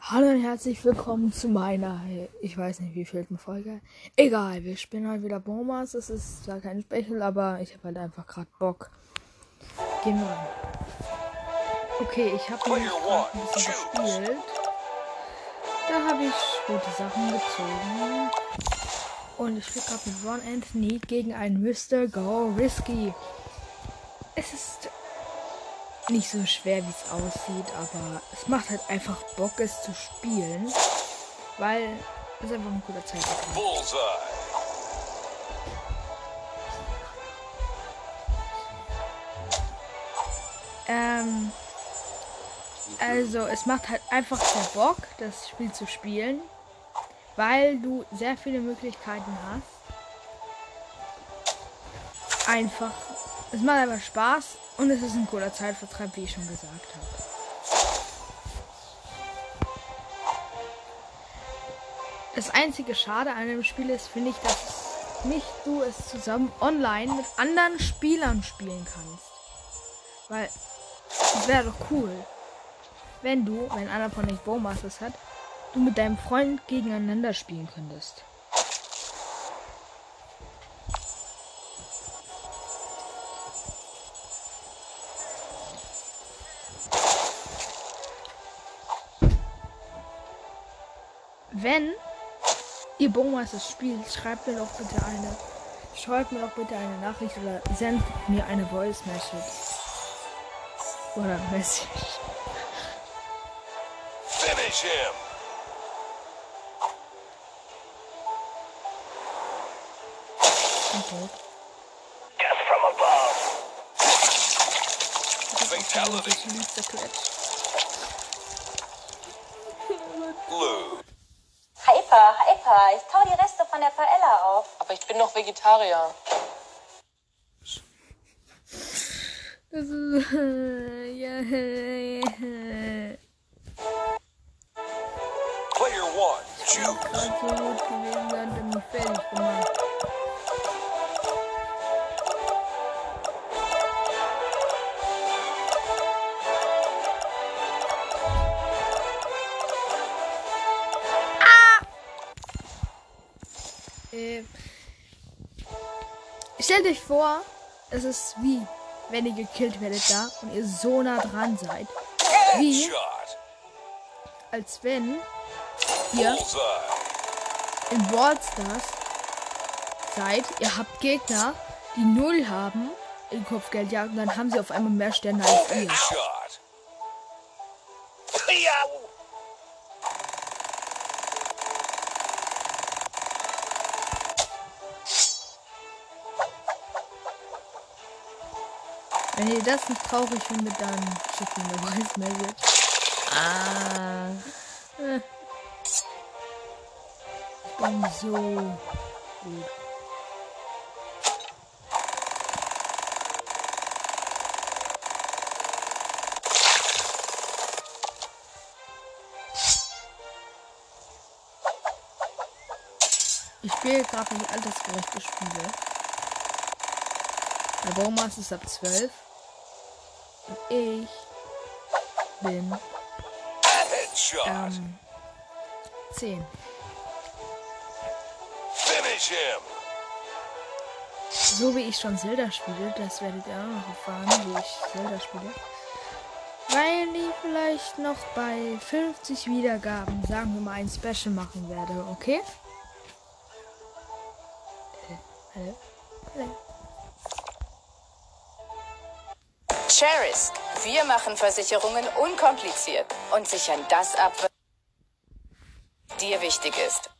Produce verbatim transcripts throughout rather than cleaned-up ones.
Hallo und herzlich willkommen zu meiner, ich weiß nicht wie vielten Folge. Egal, wir spielen halt wieder Bomas. Es ist zwar kein Special, aber ich habe halt einfach gerade Bock. Gehen wir rein. Okay, ich habe nämlich gerade ein bisschen gespielt. Da habe ich gute Sachen gezogen. Und ich spiele gerade mit Ron Anthony gegen einen Mister Go Risky. Es ist nicht so schwer, wie es aussieht, aber es macht halt einfach Bock, es zu spielen, weil es einfach ein guter Zeitpunkt ist. Ähm, also es macht halt einfach sehr Bock, das Spiel zu spielen, weil du sehr viele Möglichkeiten hast. Einfach, es macht einfach Spaß und es ist ein cooler Zeitvertreib, wie ich schon gesagt habe. Das einzige Schade an dem Spiel ist, finde ich, dass nicht du es zusammen online mit anderen Spielern spielen kannst. Weil es wäre doch cool, wenn du, wenn einer von euch Bowmasters hat, du mit deinem Freund gegeneinander spielen könntest. Wenn ihr Bowmasters spielt, schreibt mir doch bitte eine, schreibt mir doch bitte eine Nachricht oder sendet mir eine Voice Message. Oder Message. Finish him. Okay. Death from above. Fatality. Blue. Hyper, Hyper, ich tau die Reste von der Paella auf. Aber ich bin noch Vegetarier. Das ist, ja. Player one, choose. Gerade so gut gewesen, hat er mich fertig gemacht. Äh, stellt euch vor, es ist wie, wenn ihr gekillt werdet da und ihr so nah dran seid. Wie, Headshot. als wenn ihr Bullseye. in Brawl Stars seid. Ihr habt Gegner, die null haben in Kopfgeldjagd und dann haben sie auf einmal mehr Sterne als ihr. Headshot. Ja. Wenn ihr das nicht traurig findet, dann schickt mir eine Voice Message. Ah. Äh. Ich bin so gut. Ich spiele gerade nicht altersgerechte Spiele. Der Bowmaster ist ab zwölf. Und ich bin Headshot. ähm, zehn. Finish him. So wie ich schon Zelda spiele, das werdet ihr auch noch erfahren, wie ich Zelda spiele. Weil ich vielleicht noch bei fünfzig Wiedergaben, sagen wir mal, ein Special machen werde, okay? Hallo? Hallo? Cherisk. Wir machen Versicherungen unkompliziert und sichern das ab, was dir wichtig ist.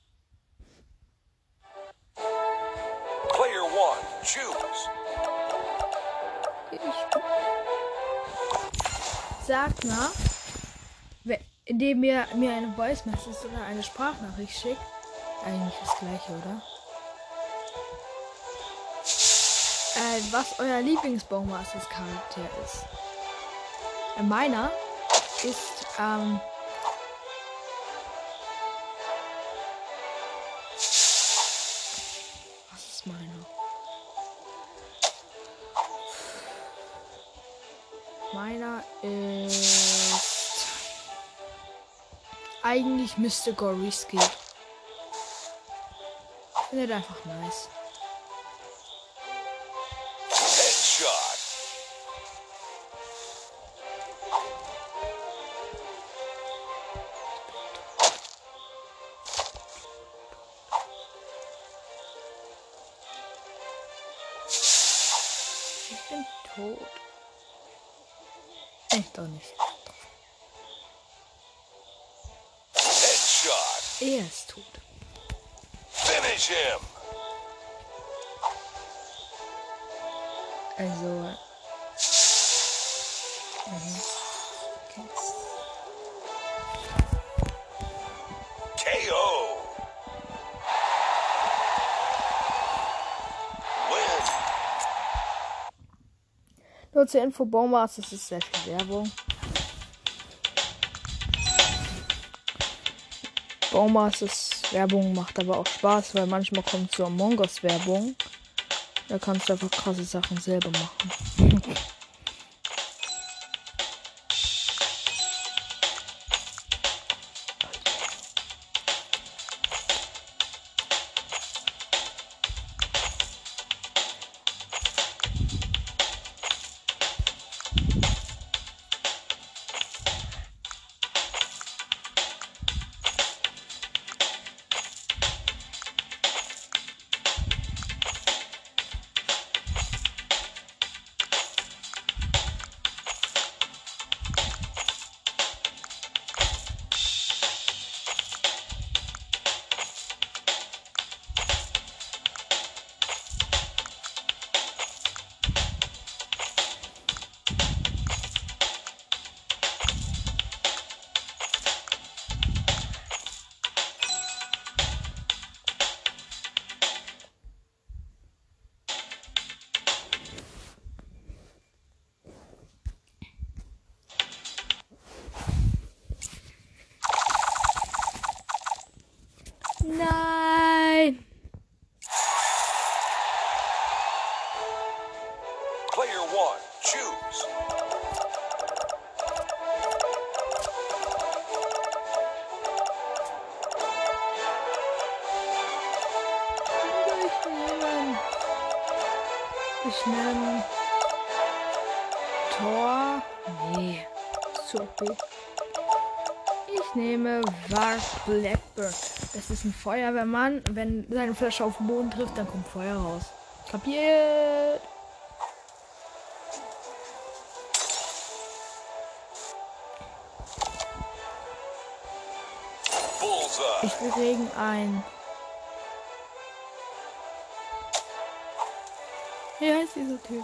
Player one, choose. Ich Sagt mal, we- indem ihr mir eine Voice Message oder eine Sprachnachricht schickt, eigentlich das gleiche, oder? Äh, was euer Lieblingsbowmasters Charakter ist. Äh, meiner ist, ähm, was ist meiner? Meiner ist eigentlich Mystical Risky. Ich finde das einfach nice. Headshot. Ich bin tot. Echt doch nicht. Headshot. Er ist tot. Finish him. Also. Mhm. Okay. K O. Win. Nur zur Info, Baumaß, das ist sehr viel Werbung. Baumaß ist Werbung, macht aber auch Spaß, weil manchmal kommt so Among Us Werbung. Da kannst du einfach krasse Sachen selber machen. Nein! Player one, choose. Ich nehme. Ich nehme. Tor. Nee. Zu O P. Ich nehme Vark Blackburn. Das ist ein Feuerwehrmann. Wenn seine Flasche auf den Boden trifft, dann kommt Feuer raus. Kapiert? Bullseye. Ich will gegen ein. Wie heißt dieser Typ?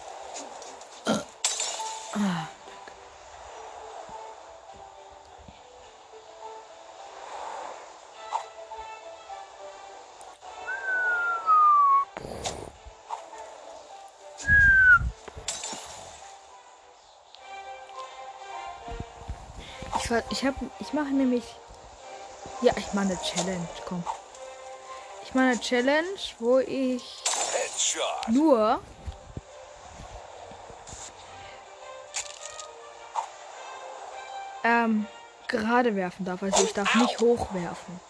Ah. Ich, war- ich, hab, ich mache nämlich. Ja, ich mache eine Challenge. Komm. Ich mache eine Challenge, wo ich Headshot. nur ähm, gerade werfen darf. Also ich darf nicht hochwerfen.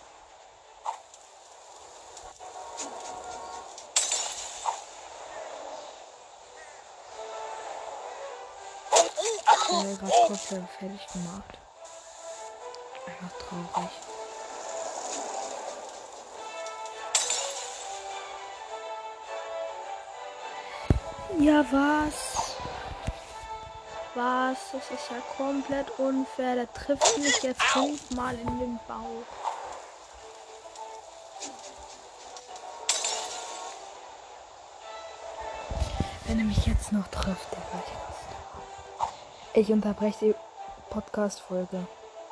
Ich werde gerade komplett fertig gemacht. Einfach traurig. Ja, was? Was? Das ist ja komplett unfair. Der trifft mich jetzt fünfmal in den Bauch. Wenn er mich jetzt noch trifft, der gleich was. Ich unterbreche die Podcast-Folge.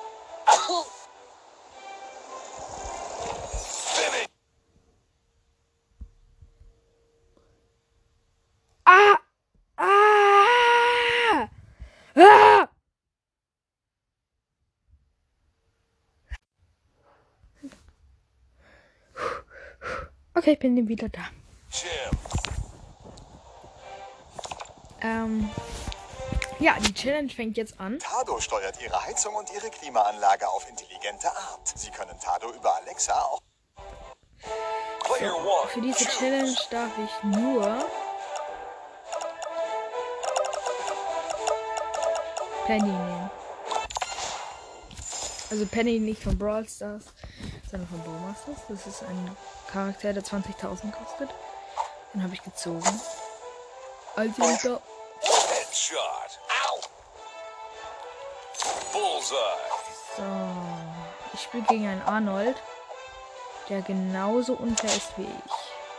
Finish. Ah! Ah! Ah! Okay, ich bin wieder da. Jim. Ähm, Ja, die Challenge fängt jetzt an. Tado steuert ihre Heizung und ihre Klimaanlage auf intelligente Art. Sie können Tado über Alexa auch... Player one. Für diese Choose. Challenge darf ich nur Penny nehmen. Also Penny nicht von Brawl Stars, sondern von Bowmasters. Das ist ein Charakter, der zwanzigtausend kostet. Den habe ich gezogen. Also da. Headshot. Ow. Bullseye. So. Ich spiele gegen einen Arnold, der genauso unfair ist wie ich.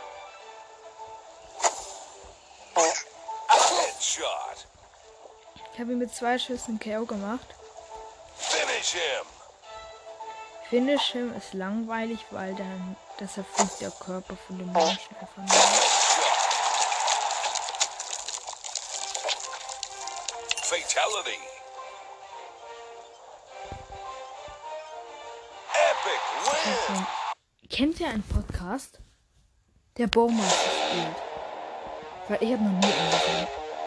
Headshot. Ich habe ihn mit zwei Schüssen K O gemacht. Finish him. Finish him ist langweilig, weil dann deshalb fliegt der Körper von dem Menschen einfach nur. Fatality. Epic win. Kennt ihr einen Podcast, der Bowmaster spielt? Weil ich habe noch nie einen gesehen.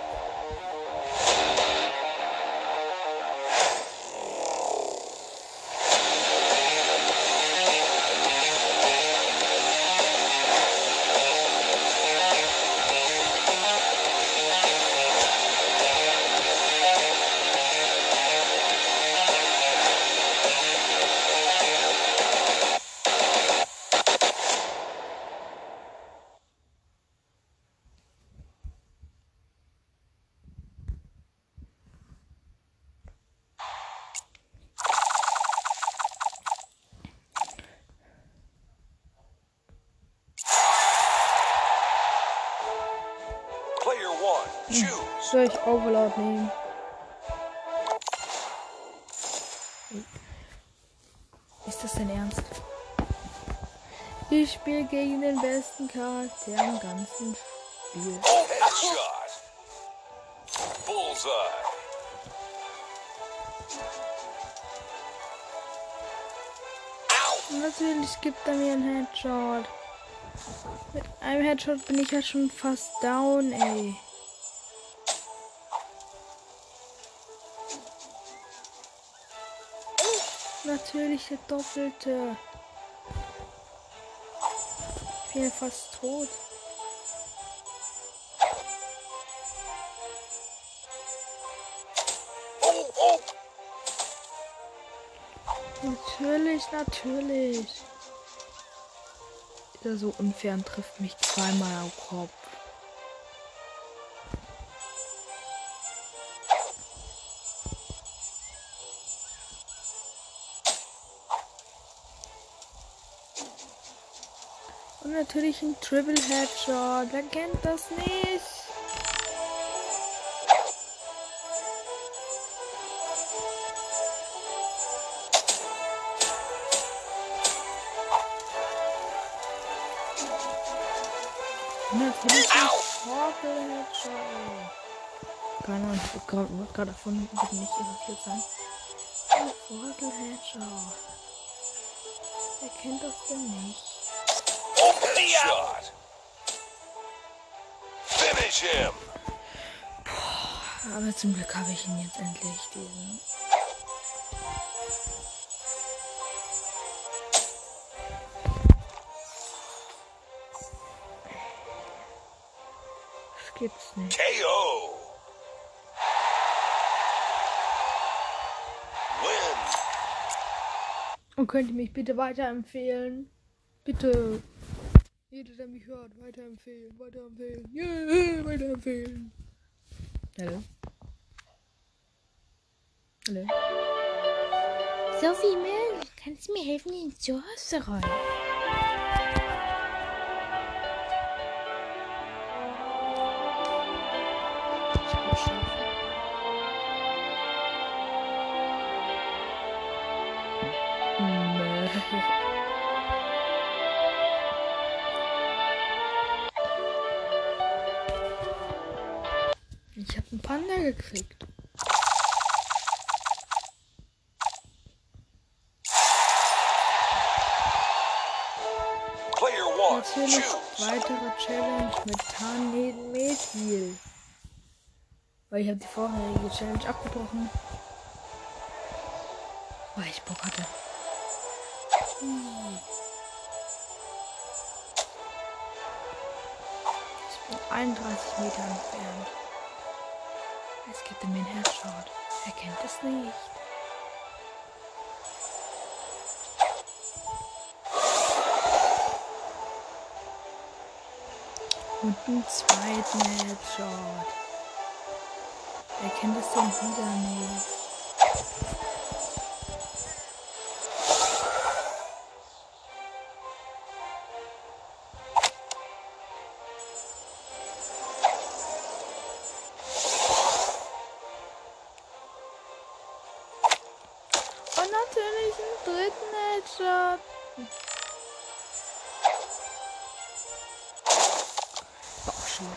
Player one. Choose. Soll ich Overlord nehmen? Ist das denn ernst? Ich spiele gegen den besten Charakter im ganzen Spiel. Headshot. Bullseye. Und natürlich gibt er mir einen Headshot. Mit einem Headshot bin ich ja schon fast down, ey. Natürlich der Doppelte. Ich bin ja fast tot. Oh, oh. Natürlich, natürlich. Ist er so unfair und trifft mich zweimal am Kopf. Und natürlich ein Triple Headshot. Wer kennt das nicht? Und natürlich ein Triple Headshot. Keine Ahnung, ich wurde gerade davon bitte nicht irritiert sein. Ein Triple Headshot. Wer kennt das denn nicht? Headshot. Finish him. Aber zum Glück habe ich ihn jetzt endlich, diesen. Das gibt's nicht. K O. Win. Und könnt ihr mich bitte weiterempfehlen? Bitte. Jeder, der mich hört, weiterempfehlen, weiterempfehlen. Yeah, weiterempfehlen. Hallo? Hallo? Sophie Müll, kannst du mir helfen, ihn zu Hause zu räumen? Ich will schlafen. Nee. Ich habe einen Panda gekriegt. Player one. Natürlich Choose. weitere Challenge mit Tarneten Metil. Weil ich habe die vorherige Challenge abgebrochen. Weil ich Bock hatte. Hm. Ich bin einunddreißig Meter entfernt. Es gibt ihm den Headshot. Er kennt es nicht. Und einen zweiten Headshot. Er kennt es dann wieder nicht. Und natürlich einen dritten Headshot. Bauchschmuck.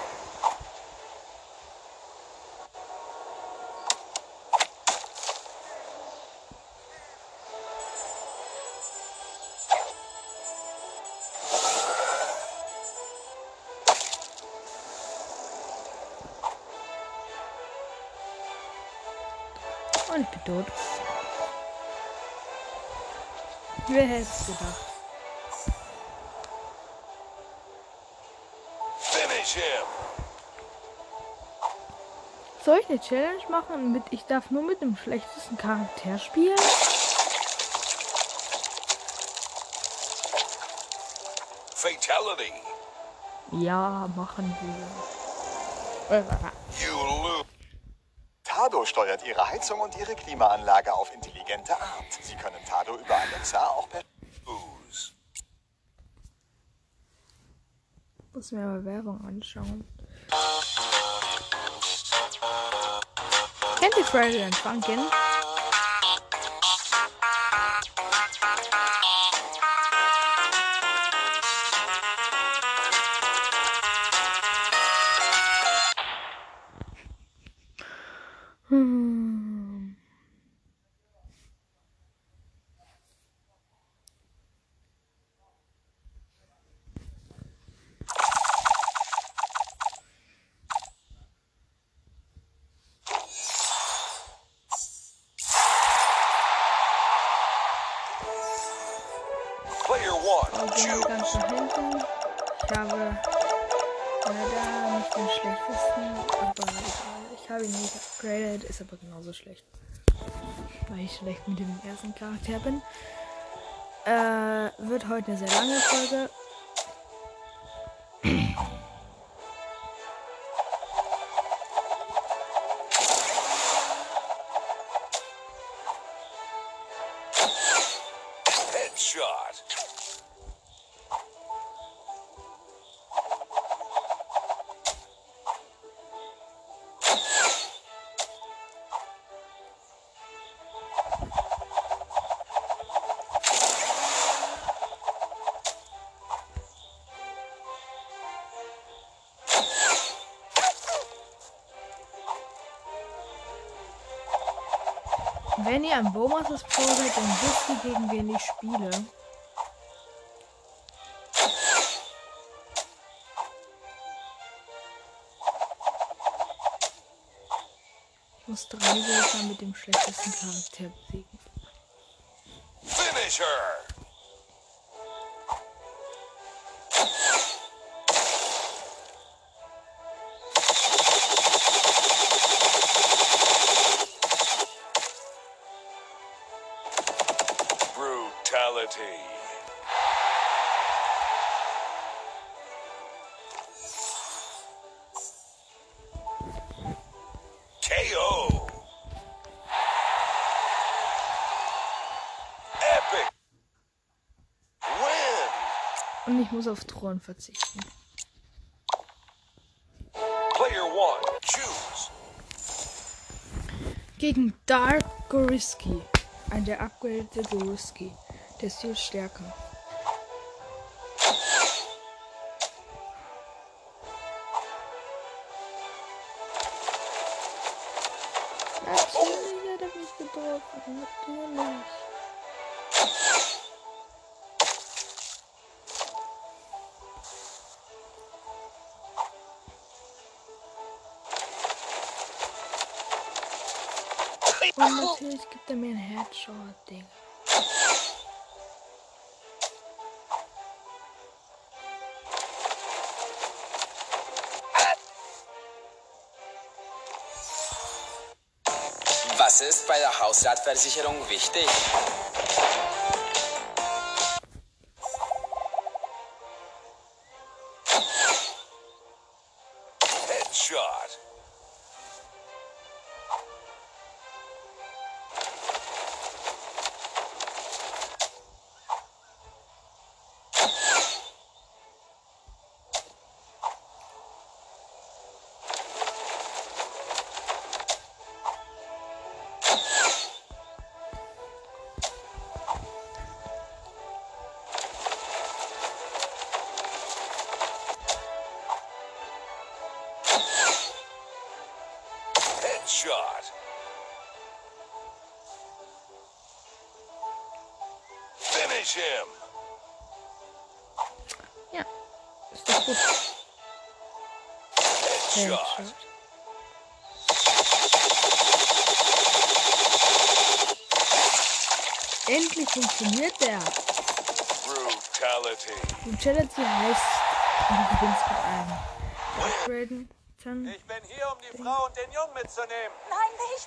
Und ich bin tot. Wer hätte es gedacht? Finish him. Soll ich eine Challenge machen mit ich darf nur mit dem schlechtesten Charakter spielen? Fatality. Ja, machen wir. You lose. Tado steuert ihre Heizung und ihre Klimaanlage auf intelligente Art. Sie können Tado über Alexa auch per... Lose. Muss mir mal Werbung anschauen. Kennt ihr Freddy and Funkin? Hm. Player one. Und gehen wir ganz Choose. nach hinten. Ich habe leider nicht den schlechtesten, aber egal. Ich habe ihn nicht upgraded, ist aber genauso schlecht. Weil ich schlecht mit dem ersten Charakter bin. Äh, wird heute eine sehr lange Folge. Headshot. Wenn ihr am Bowmasters Pro seid, dann wisst ihr, gegen wen ich spiele. Ich muss drei Gegner mit dem schlechtesten Charakter besiegen. Finish her. Brutality. K O. Epic. Win. Und ich muss auf Thron verzichten. Player one. Choose. Gegen Dark Goriski. Ein der upgradete Goriski. Der ist viel stärker. Natürlich hat er mich getroffen. Natürlich. Und natürlich gibt er mir einen Headshot, Digga. Was ist bei der Hausratversicherung wichtig? Headshot. Headshot. Finish him. Ja, ist doch gut. Headshot. Headshot. Endlich funktioniert der. Brutality. Brutality heißt, du gewinnst mit einem Upgraden. Dann Ich bin hier, um die Frau und den Jungen mitzunehmen. Nein, nicht.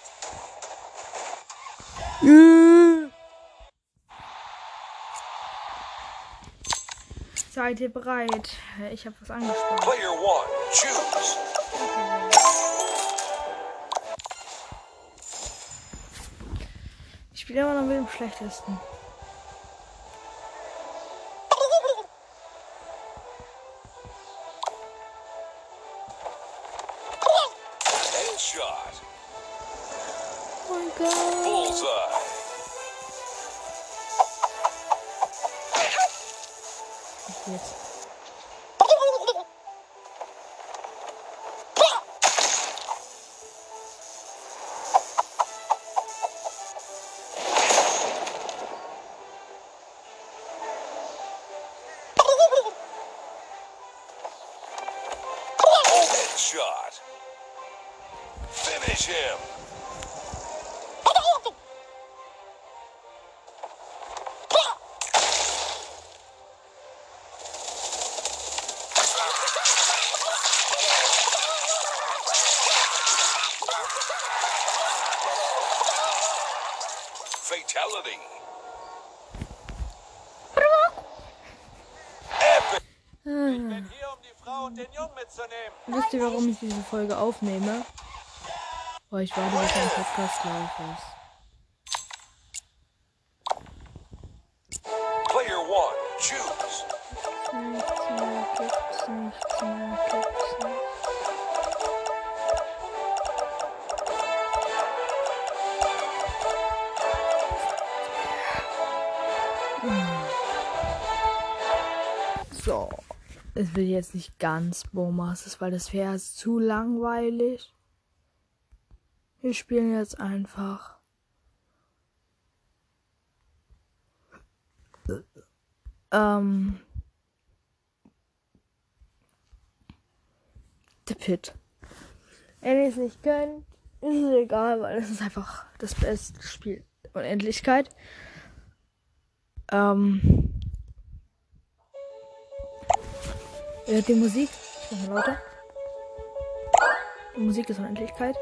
seid ihr bereit? Ich habe was angespart. Player one, choose. Ich spiele immer noch mit dem schlechtesten. Headshot. Oh mein Gott. Bullseye. Jetzt. Headshot. Finish him. Fatality. Epic. Ich bin hier, um die Frau und den Jungen mitzunehmen. Wisst ihr, warum ich diese Folge aufnehme? Oh, ich warte, bis mein Podcast live ist. Player one, choose. Nichts mehr gibt's, nichts mehr gibt's nicht. So, es wird jetzt nicht ganz Bowmasters, weil das wäre zu langweilig. Wir spielen jetzt einfach ähm The Pit. Wenn ihr es nicht könnt, ist es egal, weil es ist einfach das beste Spiel. Unendlichkeit. Ähm Ihr hört die Musik. Ich mach mal lauter. Die Musik ist Unendlichkeit.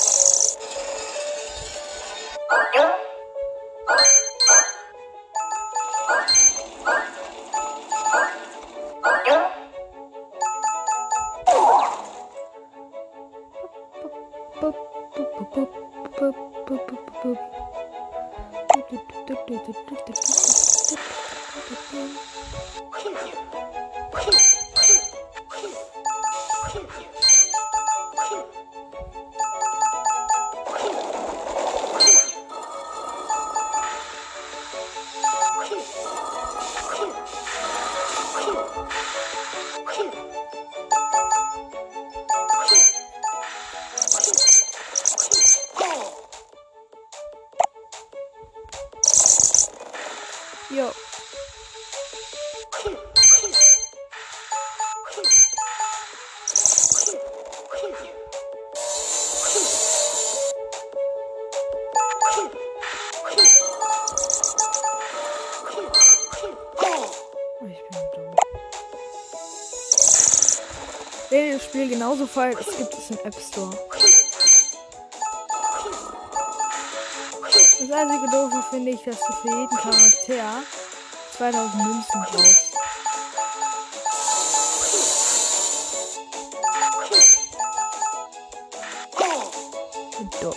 Jo. Wenn ihr das Spiel genauso feiert, es gibt es im App Store. Das einzige Doofe finde ich, dass du für jeden Charakter zweitausend Münzen brauchst. Dort.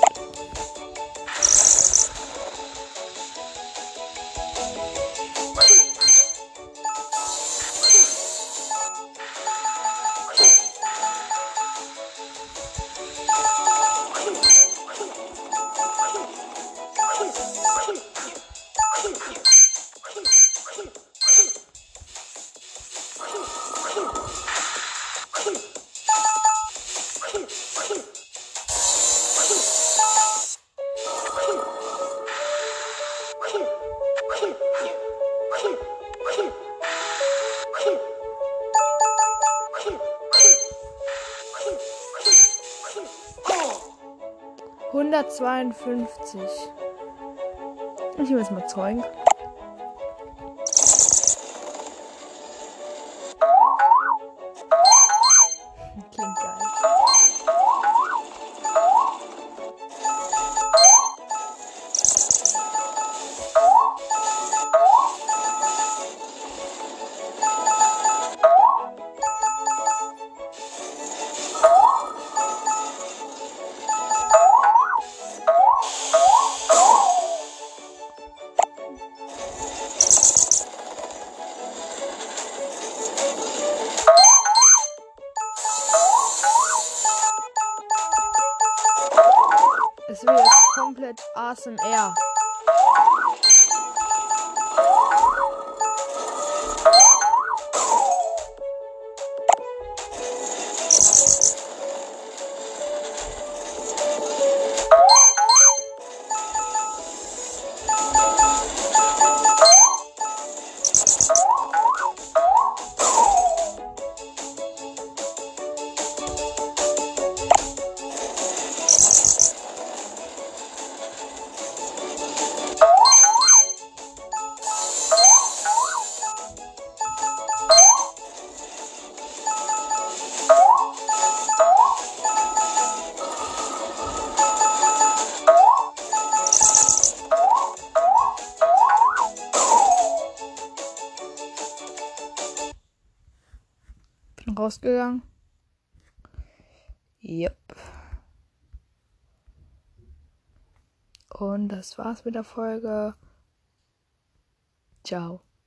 hundertzweiundfünfzig. Ich will jetzt mal zeugen. Klingt geil. Es wird jetzt komplett A S M R. Bin rausgegangen. Yep. Und das war's mit der Folge. Ciao.